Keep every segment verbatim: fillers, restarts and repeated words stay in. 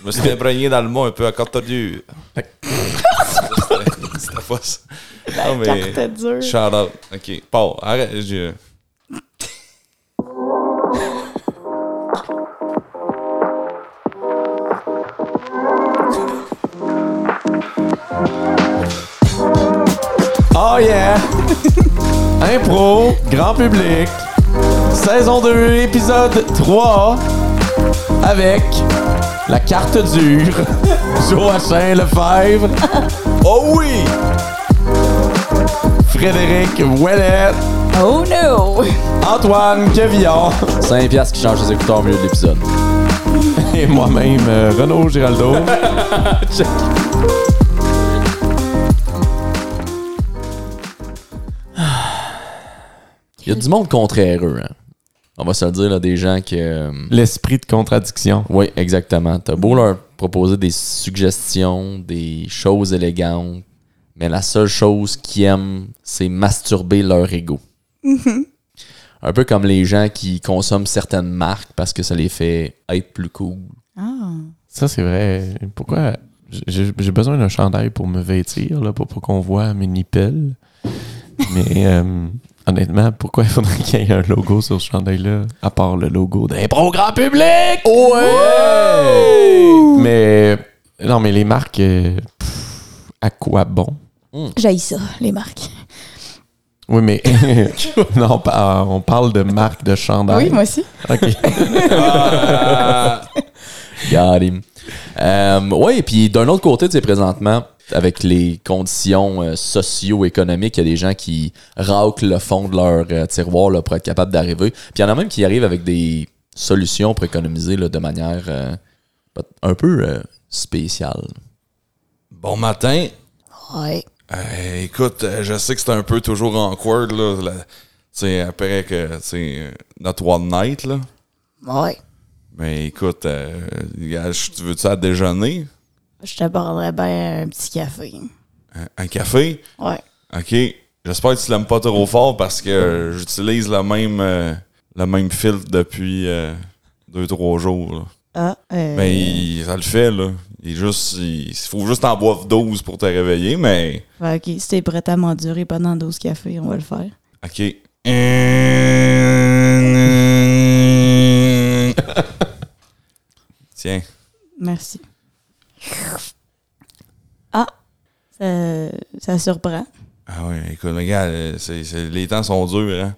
Je me suis imprégné dans le mot un peu à carte dure. C'était pas ça. La non, mais carte dure. Shout out. OK. Paul, arrête. Je... Oh yeah! Impro, grand public, saison deux, épisode trois, avec la carte dure, Joachim Lefebvre. Oh oui! Frédéric Ouellette. Oh no! Antoine Quevillon. cinq piastres qui changent les écouteurs au milieu de l'épisode. Et moi-même, euh, Renaud Giraldo. Il y a du monde contraireux, hein. On va se le dire, là, des gens qui... Euh... L'esprit de contradiction. Oui, exactement. T'as beau leur proposer des suggestions, des choses élégantes, mais la seule chose qu'ils aiment, c'est masturber leur ego. Mm-hmm. Un peu comme les gens qui consomment certaines marques parce que ça les fait être plus cool. Ah. Ça, c'est vrai. Pourquoi... J'ai, j'ai besoin d'un chandail pour me vêtir, là, pour pas qu'on voit mes nipples. Mais... Euh... Honnêtement, pourquoi il faudrait qu'il y ait un logo sur ce chandail-là, à part le logo d'Impro Grand Public? Ouais! Mais, non, mais les marques, euh, pff, à quoi bon? Mm. J'haïs ça, les marques. Oui, mais, non, on parle de marques de chandail. Oui, moi aussi. OK. Ah. Got him. Euh, oui, et puis d'un autre côté, tu sais, présentement, avec les conditions euh, socio-économiques, il y a des gens qui raclent le fond de leur euh, tiroir là, pour être capable d'arriver. Puis il y en a même qui arrivent avec des solutions pour économiser là, de manière euh, un peu euh, spéciale. Bon matin. Ouais. Euh, écoute, euh, je sais que c'est un peu toujours awkward, là. Tu sais, après que, tu sais, notre one night, là. Ouais. Mais écoute, euh, tu veux-tu à déjeuner? Je te prendrais bien un petit café. Un, un café? Ouais. OK. J'espère que tu l'aimes pas trop fort parce que euh, j'utilise le même, euh, le même filtre depuis euh, deux, trois jours. Là. Ah, euh... Mais il, ça le fait, là. Il, est juste, il, il faut juste en boire douze pour te réveiller, mais... Ouais, OK. Si t'es prêt à m'endurer pendant douze cafés, on va le faire. OK. Tiens. Merci. Ah, ça, ça surprend. Ah oui, écoute, regarde, c'est, c'est, les temps sont durs, hein?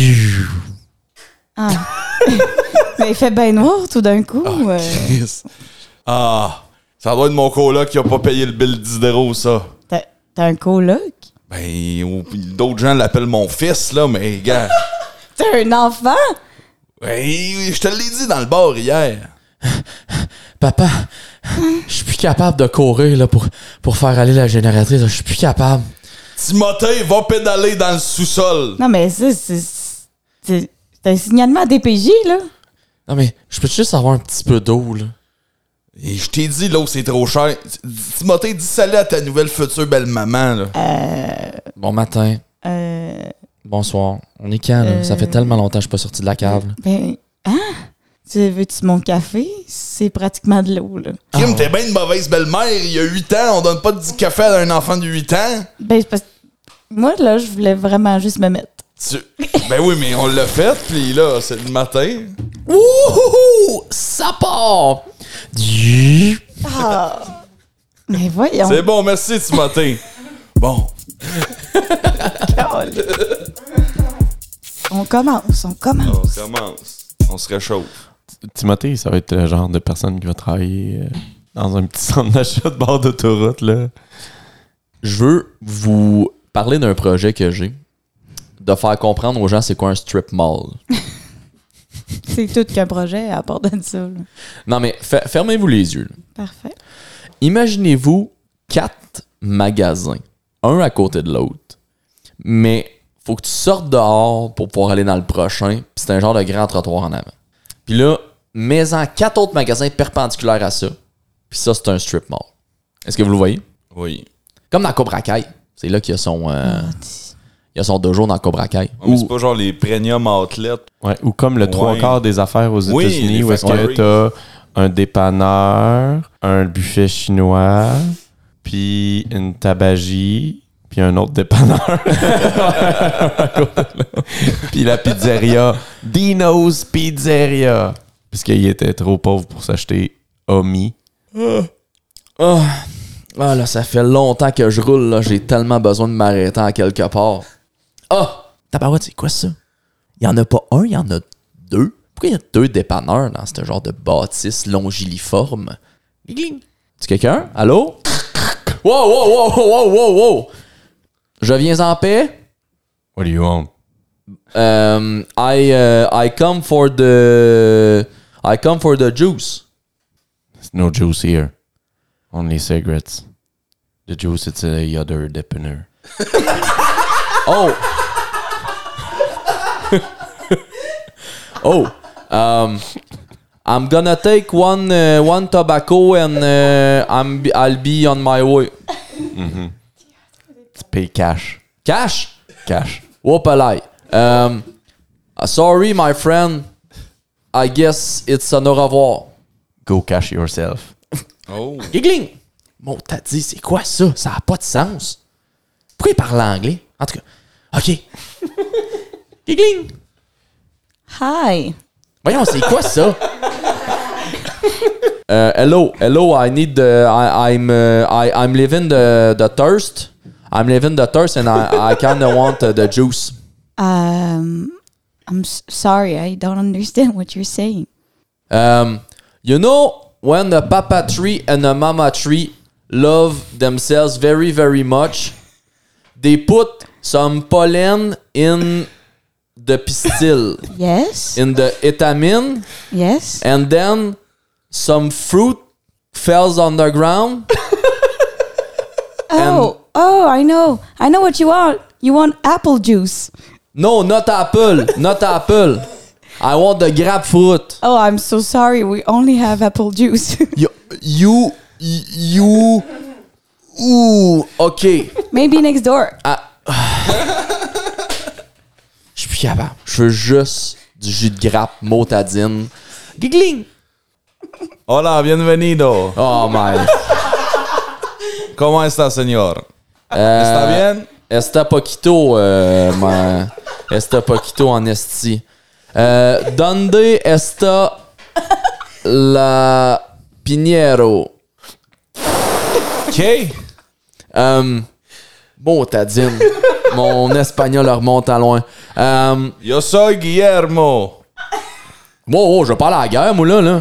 Ah. Mais il fait bien noir tout d'un coup. Oh, euh... Chris. Ah, ça doit être mon coloc qui a pas payé le bill d'hydro, ça. T'as, t'as un coloc? Ben, ou, d'autres gens l'appellent mon fils, là, mais gars. T'as un enfant? Ben, je te l'ai dit dans le bar hier. Papa, je suis plus capable de courir là, pour, pour faire aller la génératrice. Je suis plus capable. Timothée, va pédaler dans le sous-sol. Non, mais ça, c'est, c'est, c'est un signalement à D P J, là. Non, mais je peux juste avoir un petit peu d'eau, là. Et je t'ai dit, l'eau, c'est trop cher. Timothée, dis salut à ta nouvelle future belle-maman, là. Euh... Bon matin. Euh... Bonsoir. On est quand, là? Euh... Ça fait tellement longtemps que je suis pas sorti de la cave, là. Ben, hein? Tu veux-tu mon café? C'est pratiquement de l'eau, là. Kim, oh. T'es bien une mauvaise belle-mère. Il y a huit ans, on donne pas du café à un enfant de huit ans. Ben, c'est parce que moi, là, je voulais vraiment juste me mettre. Tu... Ben oui, mais on l'a fait, puis là, c'est le matin. Ouh! Ça part! Ah! Mais voyons. C'est bon, merci, Timothée. Bon. On commence, on commence. On commence. On se réchauffe. Timothée, ça va être le genre de personne qui va travailler euh, dans un petit centre d'achat de bord d'autoroute, là. Je veux vous parler d'un projet que j'ai, de faire comprendre aux gens c'est quoi un strip mall. C'est tout qu'un projet à part de ça, là. Non, mais f- fermez-vous les yeux, là. Parfait. Imaginez-vous quatre magasins, un à côté de l'autre, mais faut que tu sortes dehors pour pouvoir aller dans le prochain, puis c'est un genre de grand trottoir en avant. Puis là, mets-en quatre autres magasins perpendiculaires à ça, puis ça, c'est un strip mall. Est-ce que vous le voyez? Oui. Comme dans Cobra Kai. C'est là qu'il y a son... Euh, Oh, il y a son dojo dans Cobra Kai. Oh, mais c'est pas genre les premium outlets. Ouais, ou comme le trois Ouais. quarts des affaires aux Oui, États-Unis, les où est-ce que factories. t'as un dépanneur, un buffet chinois, puis une tabagie, puis un autre dépanneur. Puis la pizzeria Dino's Pizzeria. Puisqu'il était trop pauvre pour s'acheter Omi. Oh. Oh. Ah là, ça fait longtemps que je roule, là. J'ai tellement besoin de m'arrêter en quelque part. Ah! Oh. Tabarouette, c'est quoi ça? Il y en a pas un, il y en a deux. Pourquoi il y a deux dépanneurs dans ce genre de bâtisse longiliforme? Gling! C'est quelqu'un? Allô? Wow, wow, wow, wow, wow, wow! Je viens en paix? What do you want? Um, I, uh, I come for the... I come for the juice. There's no juice here. Only cigarettes. The juice, it's a other dippener. Oh! Oh! Um, I'm gonna take one uh, one tobacco and uh, I'm I'll be on my way. Mm-hmm. It's pay cash. Cash? Cash. Wopalai. Um, uh, sorry, my friend. I guess it's un au revoir. Go cash yourself. Oh. Giggling! Bon, t'as dit, c'est quoi ça? Ça n'a pas de sens. Pourquoi il parle anglais? En tout cas, OK. Giggling! Hi. Voyons, c'est quoi ça? uh, hello, hello, I need the, I, I'm, uh, I, I'm living the, the thirst. I'm living the thirst and I, I kind of want uh, the juice. Um, I'm s- sorry, I don't understand what you're saying. Um, you know, when the papa tree and the mama tree love themselves very, very much, they put some pollen in the pistil, Yes? in the etamine, Yes? and then some fruit falls on the ground. Oh, oh, I know. I know what you want. You want apple juice. No, not apple, not apple. I want the grapefruit. Oh, I'm so sorry. We only have apple juice. You, you, you. Ooh, okay. Maybe next door. Je suis plus capable. Je veux juste du jus de grappe, motadine. Giggling. Hola, bienvenido. Oh my. ¿Cómo está, señor? Euh, ¿Está bien? Está poquito, euh, ma, está poquito en esti. Euh, donde está la Pinheiro? OK. Um, motadine. Mon espagnol remonte à loin. Um, Yo soy Guillermo. wow, wow, je parle à la guerre, moi, là, là.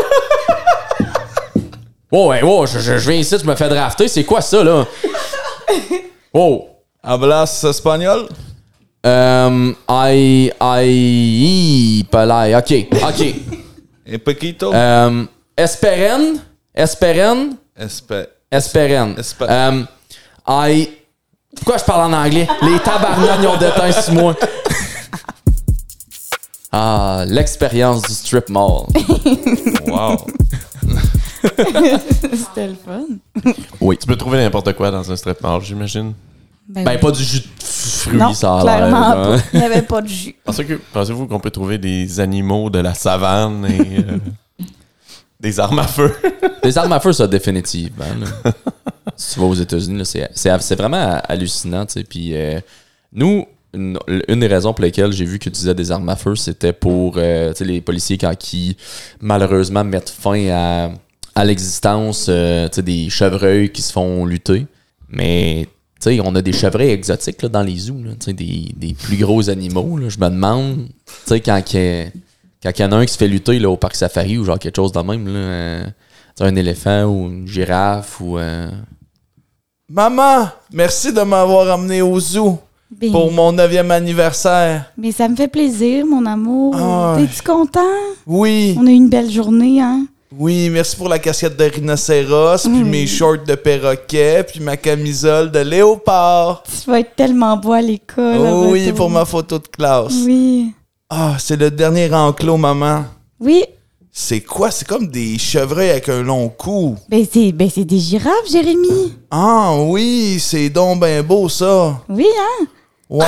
Wow, ouais, wow, je, je, je viens ici, je me fais drafter. C'est quoi ça, là? Wow. Hablas espagnol? Um, I, I, palais. OK, OK. Un poquito? Um, Esperen, Esperen, Espe... Esperen. Espe- Um, I... Pourquoi je parle en anglais? Les tabarnaks ils ont déteint six mois. Ah, l'expérience du strip mall. Wow. C'était le fun. Oui. Tu peux trouver n'importe quoi dans un strip mall, j'imagine. Ben, Ben, oui. pas du jus de fruits, Non, ça a clairement l'air. hein. pas. Il n'y avait pas de jus. Pensez que- Pensez-vous qu'on peut trouver des animaux de la savane et euh, des armes à feu? Des armes à feu, ça, définitivement. Là. Si tu vas aux États-Unis, là, c'est, c'est, c'est vraiment hallucinant. Tu sais. Puis euh, nous, une, une des raisons pour lesquelles j'ai vu qu'ils utilisaient des armes à feu, c'était pour euh, tu sais, les policiers quand ils, malheureusement, mettent fin à, à l'existence euh, tu sais, des chevreuils qui se font lutter. Mais tu sais, on a des chevreuils exotiques là, dans les zoos, là, tu sais, des, des plus gros animaux. Là. Je me demande, tu sais, quand il y a- quand il y en a un qui se fait lutter là, au parc safari ou genre quelque chose de même, là, euh, tu sais, un éléphant ou une girafe ou... Euh... Maman, merci de m'avoir amené au zoo Ben, pour mon neuvième anniversaire. Mais ça me fait plaisir, mon amour. Ah. T'es-tu content? Oui, On a eu une belle journée, hein? oui, merci pour la casquette de rhinocéros, puis Mm. mes shorts de perroquet, puis ma camisole de léopard. Tu vas être tellement beau à l'école. Oh à oui, retour. pour ma photo de classe. Oui. Ah, c'est le dernier enclos, maman. Oui. C'est quoi? C'est comme des chevreuils avec un long cou. Ben, c'est ben, c'est des girafes, Jérémy. Ah oui, c'est donc ben beau, ça. Oui, hein? Wow.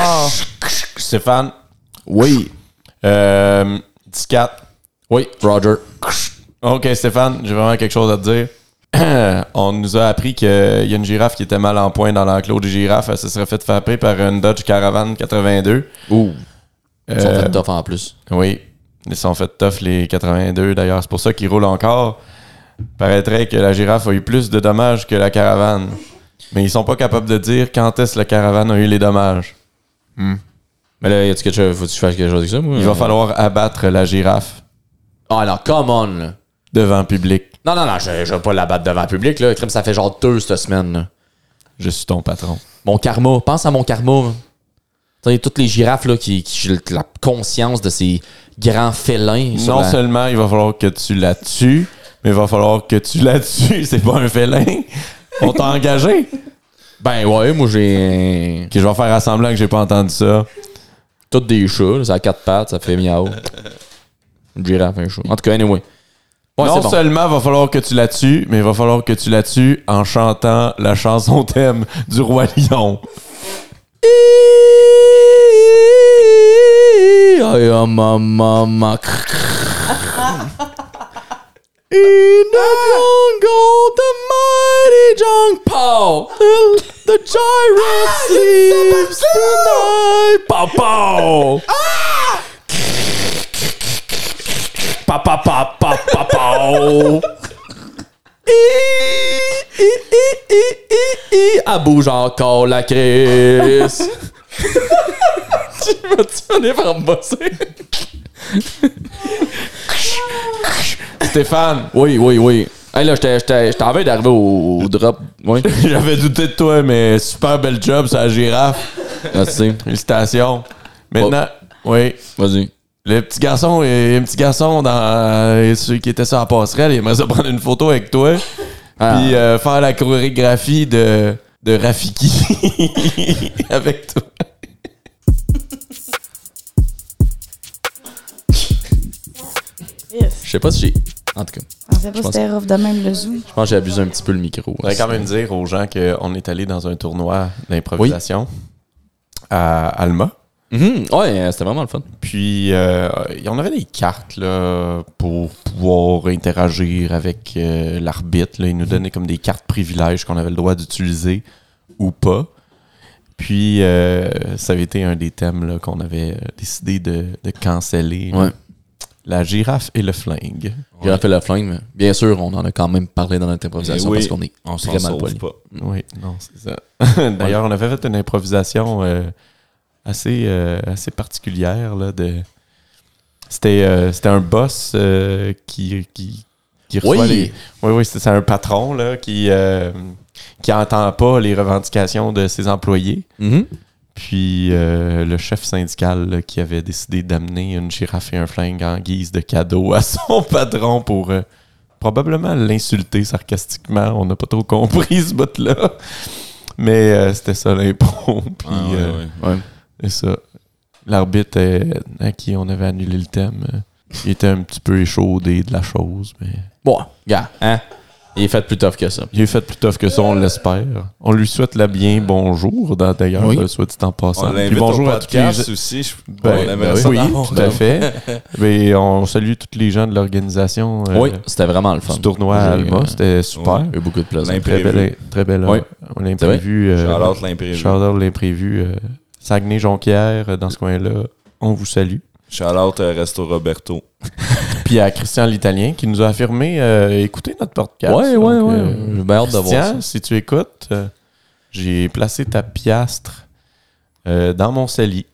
Stéphane, Oui. euh, dix-quatre. Oui, Roger. OK, Stéphane, j'ai vraiment quelque chose à te dire. On nous a appris qu'il y a une girafe qui était mal en point dans l'enclos des girafes. Elle se serait fait frapper par une Dodge Caravan quatre-vingt-deux. Ouh. Ils sont Euh, fait tough en plus. Oui, ils sont fait tough les quatre-vingt-deux. D'ailleurs, c'est pour ça qu'ils roulent encore. Paraîtrait que la girafe a eu plus de dommages que la caravane. Mais ils sont pas capables de dire quand est-ce que la caravane a eu les dommages. Hmm. Mais là, y a-tu quelque chose, faut que tu fasses quelque chose avec ça, moi? Il va falloir abattre la girafe Ah non, come on, là. devant le public. Non, non, non, je, je vais pas la battre devant le public, là. Crime, ça fait genre deux cette semaine, là. Je suis ton patron. Mon karma. Pense à mon karma. Tu sais, toutes les girafes, là, qui, qui ont la conscience de ces grands félins. sur Non la- seulement il va falloir que tu la tues, mais il va falloir que tu la tues. C'est pas un félin. On t'a engagé. Ben ouais, moi, j'ai Ok, je vais faire semblant que j'ai pas entendu ça. toutes des chats, là. Ça a quatre pattes, ça fait miaou. Une girafe, un chat. En tout cas, anyway. Ouais, non c'est bon. seulement va falloir que tu la tues, mais il va falloir que tu la tues en chantant la chanson thème du Roi Lion. I am a mama. In the jungle, the mighty Jung Pao, the, the giraffe sleeps tonight. Pow pow. Pa pa pa pa pa pow. I, i, i, i, i, i. Elle bouge encore la crise. Tu vas-tu venir par me bosser? Stéphane, Oui, oui, oui. Hey, là, j'étais, j'étais, j'étais en train d'arriver au, au drop. Oui. j'avais douté de toi, mais super bel job sur la girafe. Merci. Félicitations. Maintenant, oui. Vas-y. Le petit garçon, et un petit garçon dans euh, ceux qui étaient sur la passerelle, il aimerait ça prendre une photo avec toi, Ah. puis euh, faire la chorégraphie de, de Rafiki avec toi. Yes. Je sais pas si j'ai. En tout cas, Je pensais pas Je que pense- c'était rough de même le zoo. je pense que j'ai abusé un petit peu le micro. Je voudrais quand même dire aux gens qu'on est allé dans un tournoi d'improvisation à Alma. Mhm. Ouais, c'était vraiment le fun. Puis, euh, on avait des cartes là, pour pouvoir interagir avec euh, l'arbitre. Là. Il nous donnait comme des cartes privilèges qu'on avait le droit d'utiliser ou pas. Puis, euh, ça avait été un des thèmes là, qu'on avait décidé de, de canceller. là. Ouais. La girafe et le flingue. J'ai fait la flingue, mais bien sûr, on en a quand même parlé dans notre improvisation Eh oui, parce qu'on est on s'en vraiment sauve poli. pas. Oui, non, c'est ça. D'ailleurs, on avait fait une improvisation euh, assez, euh, assez particulière. Là, de... C'était, euh, c'était un boss euh, qui, qui, qui reçoit Oui. les... Oui, oui, c'est, c'est un patron là, qui euh, qui entend pas les revendications de ses employés. Mhm. Puis euh, le chef syndical là, qui avait décidé d'amener une girafe et un flingue en guise de cadeau à son patron pour euh, probablement l'insulter sarcastiquement. On n'a pas trop compris ce bout-là. Mais euh, c'était ça l'impro. Puis Ah, ouais, euh, ouais. Ouais. c'est ça. L'arbitre euh, à qui on avait annulé le thème, euh, il était un petit peu échaudé de la chose, mais Bon, gars, hein? Il est fait plus tough que ça. il est fait plus tough que ça, on l'espère. On lui souhaite la bien bonjour, dans- d'ailleurs, Oui. euh, soit dit en passant. On Puis l'invite bonjour au à tous les podcast gens. aussi. Je, Ben, on aimerait ben ça oui, l'avoir. tout à fait. Mais on salue tous les gens de l'organisation euh, Oui, c'était vraiment le fun. du tournoi à J'ai, Alma. euh, C'était super. ouais. eu beaucoup de plaisir. L'imprévu. Très belle, très belle Oui. heure. L'imprévu. euh, Shout-out l'imprévu. Shout-out l'imprévu. euh, Saguenay-Jonquière, euh, dans ce coin-là, on vous salue. Shout-out euh, Resto Roberto. Puis à Christian l'Italien qui nous a affirmé euh, écoutez notre podcast. Ouais, ouais, Donc, ouais. euh, J'ai bien hâte de voir Christian, ça. si tu écoutes, euh, j'ai placé ta piastre euh, dans mon CELI.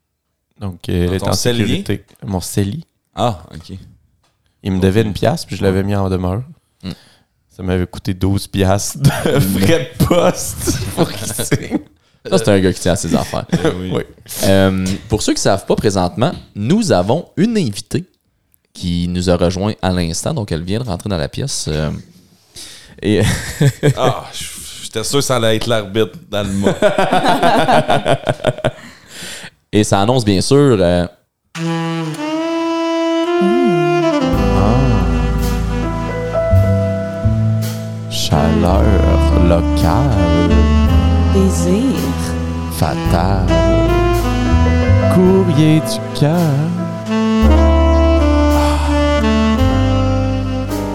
Donc, euh, elle est ton en cellier? sécurité. Mon CELI. Ah, OK. Il me devait une piastre, puis je l'avais mis en demeure. Mm. Ça m'avait coûté douze piastres de frais de poste pour qu'il signe. Ça, c'est un gars qui tient à ses affaires. Eh oui. Oui. Euh, pour ceux qui ne savent pas présentement, nous avons une invitée qui nous a rejoint à l'instant. Donc, elle vient de rentrer dans la pièce. euh, et Ah, j'étais sûr que ça allait être l'arbitre dans le mot. Et ça annonce bien sûr. euh, Chaleur locale, Désir. fatale, courrier du cœur.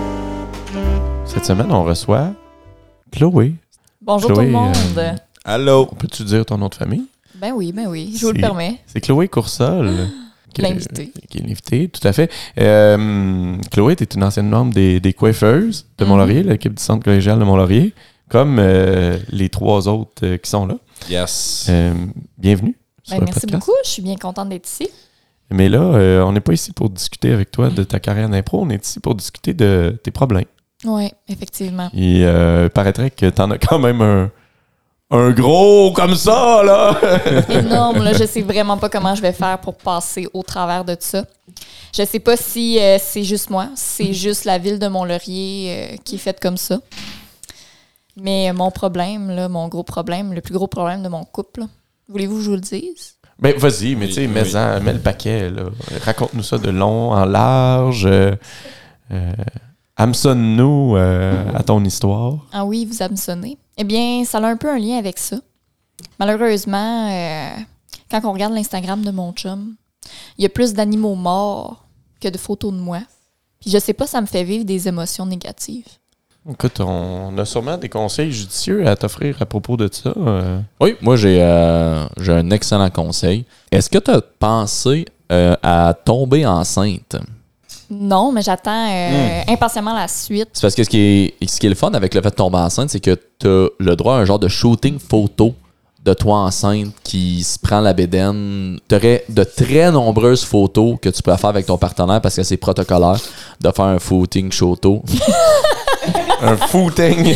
Cette semaine, on reçoit Chloé. Bonjour Chloé, tout le monde. euh, Allô? Peux-tu dire ton nom de famille? Ben oui, ben oui, je vous C'est- le permets. C'est Chloé Coursol. qui- L'invité. Qui est l'invité, tout à fait. Euh, Chloé, tu es une ancienne membre des, des Coiffeuses de Mont-Laurier, l'équipe du Centre collégial de Mont-Laurier, comme euh, les trois autres euh, qui sont là. Yes. Euh, bienvenue sur Ben, le merci podcast. beaucoup, je suis bien contente d'être ici. Mais là, euh, on n'est pas ici pour discuter avec toi de ta carrière d'impro, on est ici pour discuter de tes problèmes. Oui, effectivement. Il euh, paraîtrait que t'en as quand même un, un gros comme ça, là! Énorme, là, je sais vraiment pas comment je vais faire pour passer au travers de ça. Je sais pas si euh, c'est juste moi, si c'est juste la ville de Mont-Laurier euh, qui est faite comme ça. Mais euh, mon problème, là, mon gros problème, le plus gros problème de mon couple, là, voulez-vous que je vous le dise? Ben, vas-y, mais tu sais, Oui, mets, oui. en- mets le paquet, là. Raconte-nous ça de long en large. Euh, euh, hameçonne-nous euh, à ton histoire. Ah oui, vous hameçonnez. Eh bien, ça a un peu un lien avec ça. Malheureusement, euh, quand on regarde l'Instagram de mon chum, il y a plus d'animaux morts que de photos de moi. Puis je sais pas, ça me fait vivre des émotions négatives. Écoute, on a sûrement des conseils judicieux à t'offrir à propos de ça. euh. Oui, moi, j'ai euh, j'ai un excellent conseil. Est-ce que tu as pensé euh, à tomber enceinte? Non, mais j'attends euh, impatiemment la suite. C'est parce que ce qui, est, ce qui est le fun avec le fait de tomber enceinte, c'est que tu as le droit à un genre de shooting photo de toi enceinte qui se prend la bédaine. Tu aurais de très nombreuses photos que tu peux faire avec ton partenaire parce que c'est protocolaire de faire un footing photo. Un footing.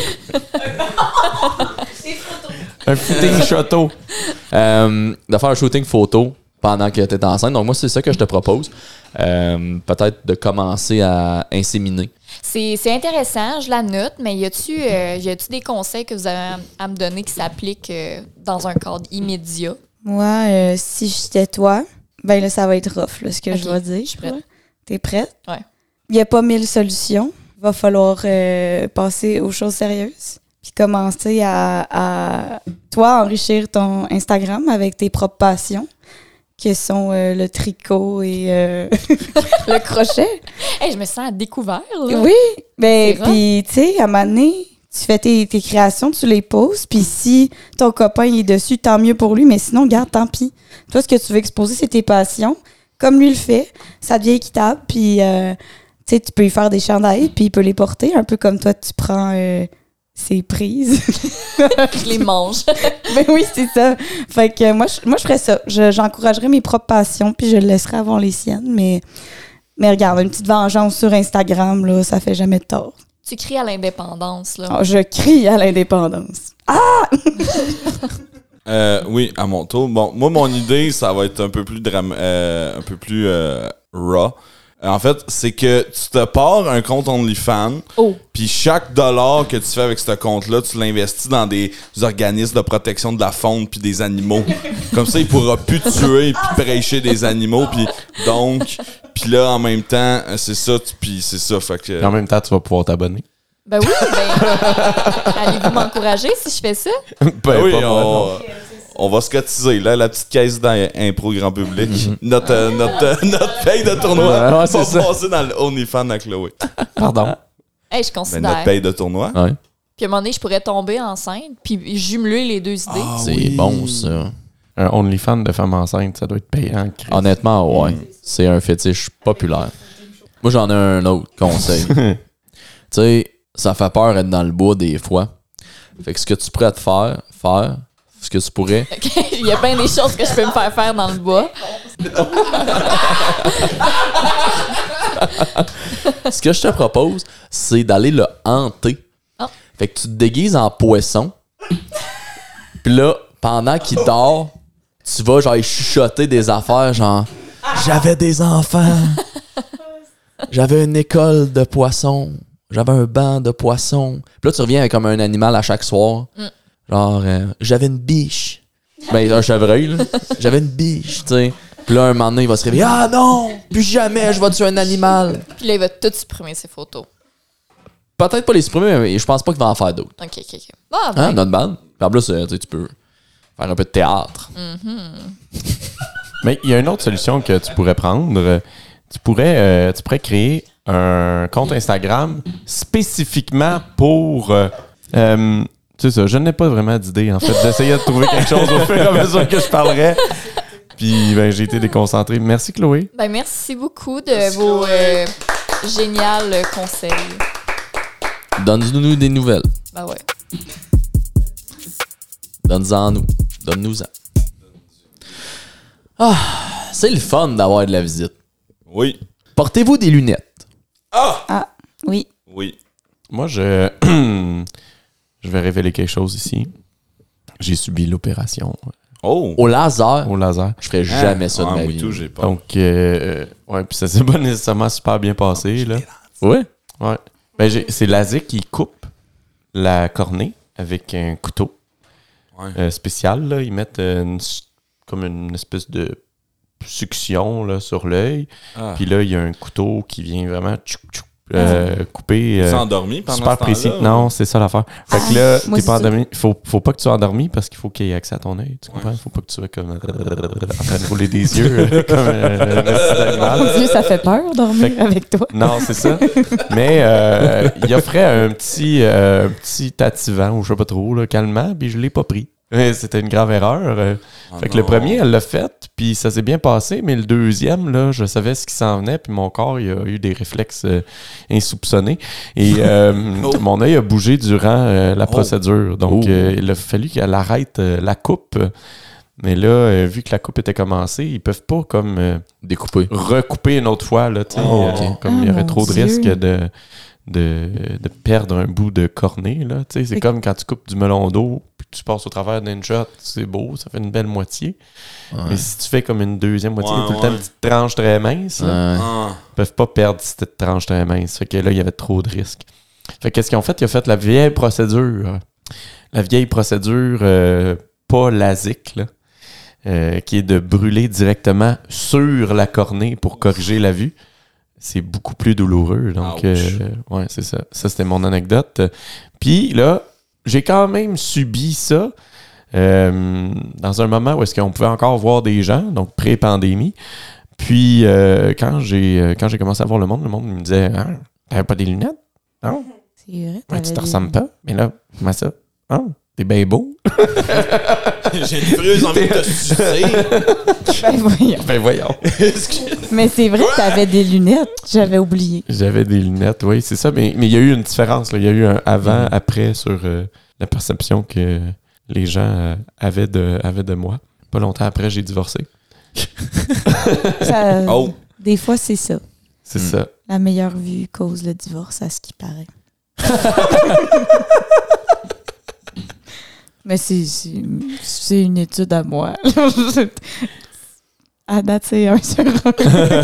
Un footing château. Euh, de faire un shooting photo pendant que tu es enceinte. Donc, moi, c'est ça que je te propose. Euh, peut-être de commencer à inséminer. C'est c'est intéressant, je la note, mais y a-tu euh, y a-tu des conseils que vous avez à, à me donner qui s'appliquent euh, dans un cadre immédiat? Moi, euh, si j'étais toi, ben là, ça va être rough, là, ce que Ok, je vais dire. je suis prête. là. T'es prête? Ouais. Il n'y a pas mille solutions. Il va falloir euh, passer aux choses sérieuses. Puis commencer à, à, toi, enrichir ton Instagram avec tes propres passions, qui sont euh, le tricot et euh, le crochet. Hey, je me sens à découvert, là. Oui, ben C'est rare. puis tu sais, à un moment donné, tu fais tes, tes créations, tu les poses, puis si ton copain il est dessus, tant mieux pour lui, mais sinon, garde, tant pis. Toi, ce que tu veux exposer, c'est tes passions. Comme lui le fait, ça devient équitable, puis euh, tu sais, tu peux lui faire des chandails, puis il peut les porter, un peu comme toi, tu prends euh, ses prises. Je les mange. Ben oui, c'est ça. Fait que moi, je, moi, je ferais ça. Je- j'encouragerais mes propres passions, puis je le laisserais avoir les siennes, mais... Mais regarde, une petite vengeance sur Instagram, là, ça fait jamais de tort. Tu cries à l'indépendance, là. Oh, je crie à l'indépendance. Euh, oui, à mon tour. Bon, moi, mon idée, ça va être un peu plus drame, euh, un peu plus euh, raw. Euh, En fait, c'est que tu te pars un compte OnlyFans, Oh. puis chaque dollar que tu fais avec ce compte-là, tu l'investis dans des organismes de protection de la faune puis des animaux. Comme ça, il pourra plus tuer puis prêcher des animaux, puis donc, puis là, en même temps, c'est ça, tu- puis c'est ça, fait que... Et en même temps, tu vas pouvoir t'abonner. Ben oui, ben, allez-vous m'encourager si je fais ça? Ben oui, pas moi, on, on va se cotiser, là, la petite caisse d'impro grand public. notre, euh, notre, euh, notre paye de tournoi Ouais, ouais, va c'est ça. passer dans le OnlyFans à Chloé. Pardon. Hey, je Ben, considère. notre paye de tournoi. Ouais. Puis à un moment donné, je pourrais tomber enceinte, puis jumeler les deux idées. Ah, C'est oui. bon, ça. Un OnlyFans de femme enceinte, ça doit être payant. Chris. Honnêtement, ouais. C'est un fétiche populaire. Moi, j'en ai un autre conseil. Tu sais, ça fait peur être dans le bois des fois. Fait que ce que tu pourrais te faire, faire, ce que tu pourrais, Ok, il y a bien des choses que je peux me faire faire dans le bois. ce que je te propose, c'est d'aller le hanter. Oh. Fait que tu te déguises en poisson. Puis là, pendant qu'il dort, tu vas genre y chuchoter des affaires genre j'avais des enfants. J'avais une école de poissons. J'avais un banc de poissons. Puis là, tu reviens avec comme un animal à chaque soir. Mm. Genre, euh, j'avais une biche. Ben, un chevreuil, là. J'avais une biche, tu sais. Puis là, un moment donné, il va se réveiller. Ah non! Plus jamais je vais tuer un animal. Puis là, il va tout supprimer ses photos. Peut-être pas les supprimer, mais je pense pas qu'il va en faire d'autres. Ok, ok, ok. Ah, ben, Hein, notre bande. Puis en plus, euh, tu sais, tu peux faire un peu de théâtre. Mais il y a une autre solution que tu pourrais prendre. Tu pourrais, euh, tu pourrais créer un compte Instagram spécifiquement pour... Euh, euh, c'est ça, je n'ai pas vraiment d'idée, en fait. J'essayais de trouver quelque chose au fur et à mesure que je parlerais. Puis, ben, j'ai été déconcentré. Merci, Chloé. Ben, merci beaucoup de merci vos euh, géniaux conseils. Donne-nous des nouvelles. Ben ouais. Donne-en nous. Donne-nous-en. Ah, c'est le fun d'avoir de la visite. Oui. Portez-vous des lunettes? Ah! Ah, oui. Oui. Moi, je... je vais révéler quelque chose ici. J'ai subi l'opération Oh! Au laser? au laser. Je ferais jamais ça de ah, ma moi vie. tout, j'ai pas. Donc, euh, ouais, puis ça s'est pas nécessairement super bien passé, là. Ouais? Ouais. Ben, j'ai, c'est l'ASIC qui coupe la cornée avec un couteau Ouais. euh, spécial, là. Ils mettent euh, une, comme une espèce de succion là, sur l'œil. Ah. Puis là, il y a un couteau qui vient vraiment tchouk, tchouk, euh, couper. Tu euh, es endormi pendant super ce temps-là? précis. ou- Non, c'est ça l'affaire. Fait Ah, que là, moi, t'es c'est pas ça. endormi. Faut, faut pas que tu sois endormi parce qu'il faut qu'il y ait accès à ton œil. Tu comprends? Ouais. Faut pas que tu sois comme en train de rouler des yeux euh, comme euh, un petit animal. Mon Dieu, ça fait peur dormir Fait que- avec toi. Non, c'est ça. Mais euh, il offrait un petit, euh, un petit tativant, ou je sais pas trop, là, calmant, puis je l'ai pas pris. Ouais, c'était une grave erreur. euh. Ah fait que le non. premier, elle l'a fait, puis ça s'est bien passé, mais le deuxième, là, je savais ce qui s'en venait, puis mon corps, il a eu des réflexes euh, insoupçonnés. Et euh, Oh. mon œil a bougé durant euh, la Oh. procédure. Donc, Oh. euh, il a fallu qu'elle arrête euh, la coupe. Mais là, euh, vu que la coupe était commencée, ils peuvent pas comme euh, Découpé. recouper une autre fois. Là, tu sais, Oh, euh, ok. comme il y Ah, aurait mon trop de Dieu. risques de, de, de perdre un bout de cornée. Là, tu sais, c'est Fait- comme quand tu coupes du melon d'eau, puis tu passes au travers d'une shot, c'est beau, ça fait une belle moitié. Ouais. Mais si tu fais comme une deuxième moitié, Ouais, tout le temps ouais. une petite tranche très mince, là, Ouais. Ah. ils peuvent pas perdre cette tranche très mince. Fait que là, il y avait trop de risques. Fait que qu'est-ce qu'ils ont fait? Ils ont fait la vieille procédure. La vieille procédure, euh, pas LASIK, là, euh, qui est de brûler directement sur la cornée pour corriger la vue. C'est beaucoup plus douloureux. Donc, Ouch. euh, ouais, c'est ça. Ça, c'était mon anecdote. Puis là, j'ai quand même subi ça euh, dans un moment où est-ce qu'on pouvait encore voir des gens, donc pré-pandémie. Puis, euh, quand j'ai euh, quand j'ai commencé à voir le monde, le monde me disait « Ah, t'avais pas des lunettes? Non? C'est vrai. Ouais, t'avais tu te des- ressembles pas? Mais là, comment ça? Ah, t'es bien beau? J'ai une furieuse envie de te sucer. Ben, voyons. Ben voyons. Mais c'est vrai que t'avais des lunettes. J'avais oublié. J'avais des lunettes, oui, c'est ça. Mais mais il y a eu une différence. Là. Il y a eu un avant, après sur euh, la perception que les gens euh, avaient, de, avaient de moi. Pas longtemps après, j'ai divorcé. Ça- Oh. Des fois, c'est ça. C'est Mm. ça. La meilleure vue cause le divorce, à ce qui paraît. Mais c'est, c'est, c'est une étude à moi. À date, c'est un sur un.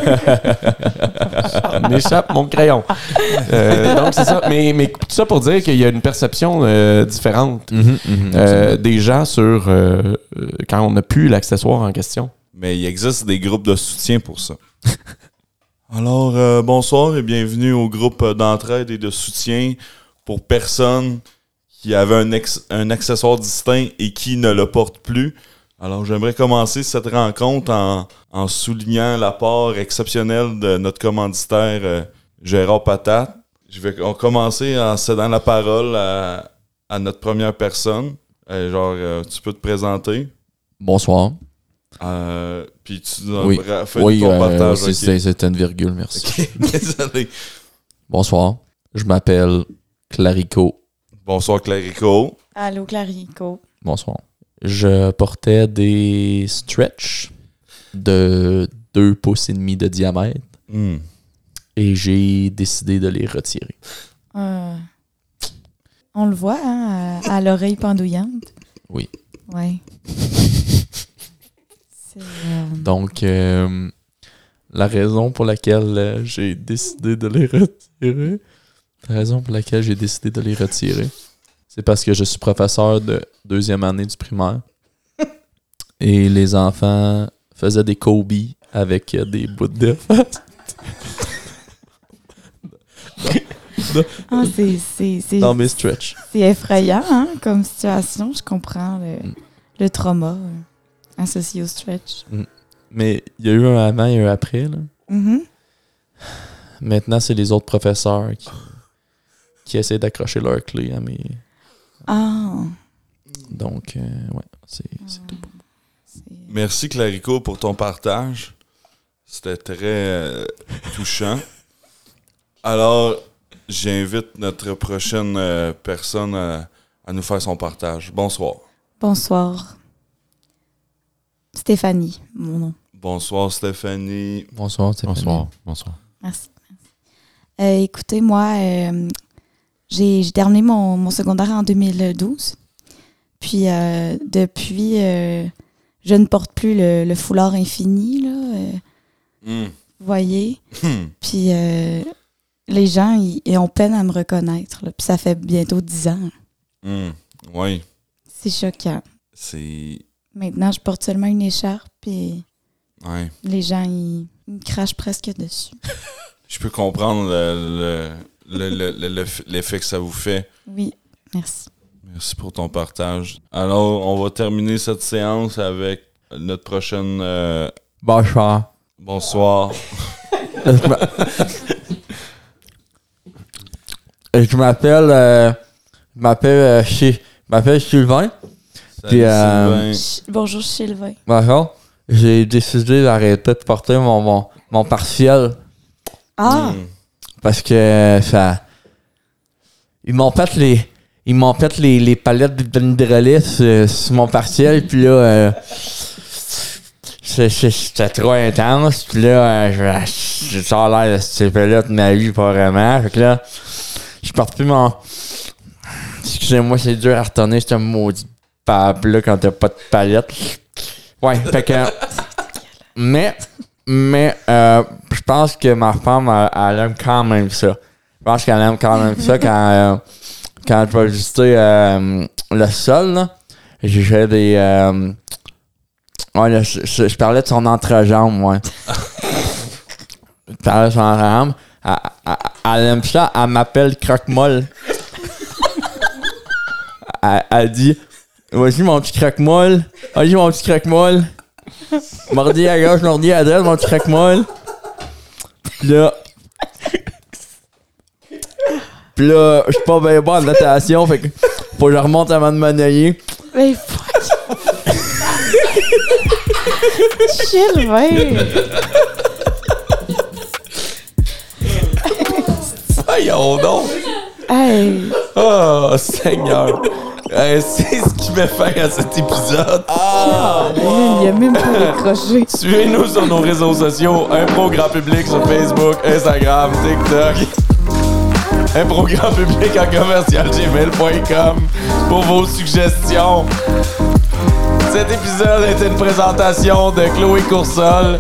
On échappe mon crayon. Euh, donc, c'est ça. Mais, mais tout ça pour dire qu'il y a une perception euh, différente Mhm, mhm, euh, des gens sur euh, euh, quand on n'a plus l'accessoire en question. Mais il existe des groupes de soutien pour ça. Alors, euh, bonsoir et bienvenue au groupe d'entraide et de soutien pour personnes qui avaient un, ex- un accessoire distinct et qui ne le portent plus. Alors, j'aimerais commencer cette rencontre en, en soulignant l'apport exceptionnel de notre commanditaire euh, Gérard Patate. Je vais on commencer en cédant la parole à, à notre première personne. Euh, genre, euh, tu peux te présenter. Bonsoir. Euh, puis tu Oui. ra- fais Oui, ton euh, partage. c'est- ok. c'est- c'était une virgule, merci. Ok, désolé. Bonsoir. Je m'appelle Clarico. Bonsoir Clarico. Allô, Clarico. Bonsoir. Je portais des stretch de deux pouces et demi de diamètre Hmm. et j'ai décidé de les retirer. Euh, on le voit, hein, à, à l'oreille pendouillante. Oui. Ouais. C'est, euh, Donc, euh, la raison pour laquelle euh, j'ai décidé de les retirer, la raison pour laquelle j'ai décidé de les retirer, c'est parce que je suis professeur de deuxième année du primaire et les enfants faisaient des Kobe avec euh, des bouts de face. ah, c'est, c'est, c'est, Dans mes stretch. c'est effrayant, hein, comme situation. Je comprends le, Mm. le trauma euh, associé au stretch. Mais il y a eu un avant et un après. Là. Mhm. maintenant, c'est les autres professeurs qui, qui essaient d'accrocher leur clé à mes... Ah. Donc, euh, ouais, c'est, c'est tout. Merci, Clarico, pour ton partage. C'était très euh, touchant. Alors, j'invite notre prochaine euh, personne à, à nous faire son partage. Bonsoir. Bonsoir. Stéphanie, mon nom. Bonsoir, Stéphanie. Bonsoir, Stéphanie. Bonsoir. Bonsoir. Merci. merci. Euh, écoutez, moi, euh, j'ai, j'ai terminé mon, mon secondaire en deux mille douze. Puis, euh, depuis, euh, je ne porte plus le, le foulard infini, là. Euh, Mm. vous voyez? Hmm. Puis, euh, les gens, ils, ils ont peine à me reconnaître, là. Puis, ça fait bientôt dix ans. Mm. Oui, C'est choquant. c'est... Maintenant, je porte seulement une écharpe, puis Ouais. les gens, ils, ils me crachent presque dessus. Je peux comprendre le, le, le, le, le- le- l'effet que ça vous fait. Oui, merci. Merci pour ton partage. Alors, on va terminer cette séance avec notre prochaine... euh, Bonsoir. Bonsoir. Je m'a- je m'appelle... euh, je m'appelle... euh, Chi- je m'appelle Sylvain. Salut, Puis, euh, Sylvain. Ch- Bonjour, Sylvain. Bonjour. J'ai décidé d'arrêter de porter mon, mon, mon partiel Ah! Mm. parce que ça... Ils m'ont fait les... Ils m'ont fait les, les palettes d'hydraulice euh, sur mon partiel, puis là... Euh, c'est- c'est- c'était trop intense, puis là, euh, je- j'ai ça a l'air de cette palette de ma vie, pas vraiment. Fait que là, je porte plus mon... Excusez-moi, c'est dur à retenir, ce maudit pape-là quand t'as pas de palette. Ouais, fait que... Mais, mais, euh, je pense que ma femme, elle, elle aime quand même ça. Je pense qu'elle aime quand même ça quand, euh, quand je vais visiter euh, le sol, là. J'ai des... Euh, ouais, là, je, je- je parlais de son entrejambe, ouais. Je parlais de son entrejambe. Elle, elle- elle aime ça, elle m'appelle croque-molle. elle, elle dit... Vas-y, mon petit croque-molle. Vas-y, mon petit croque-molle. Mordi à gauche, mordi à droite, mon petit croque-molle. Pis là... Pis là, je suis pas bien bon en natation, fait que faut que je remonte avant de m'ennuyer. Mais fuck! Sylvain! Voyons donc! Hey! Oh, Seigneur! Euh, c'est ce qui met fin à cet épisode. Ah! Il a même pas décroché. Suivez-nous sur nos réseaux sociaux, Impro Grand Public sur Facebook, Instagram, TikTok. Impro Grand Public en commercial gmail point com pour vos suggestions. Cet épisode était une présentation de Chloé Coursol.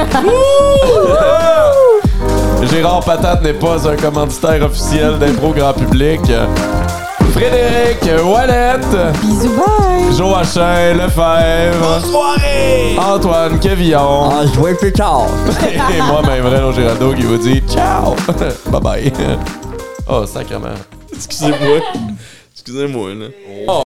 Gérard Patate n'est pas un commanditaire officiel d'Impro Grand Public. Frédéric Ouellette. Bisous, bye! Joachim Lefebvre. Bonne soirée! Antoine Quevillon. On se voit plus tard. Et moi-même, Renaud Girardeau qui vous dit ciao! Bye bye! Oh, sacrément. Excusez-moi. Excusez-moi, là. Oh.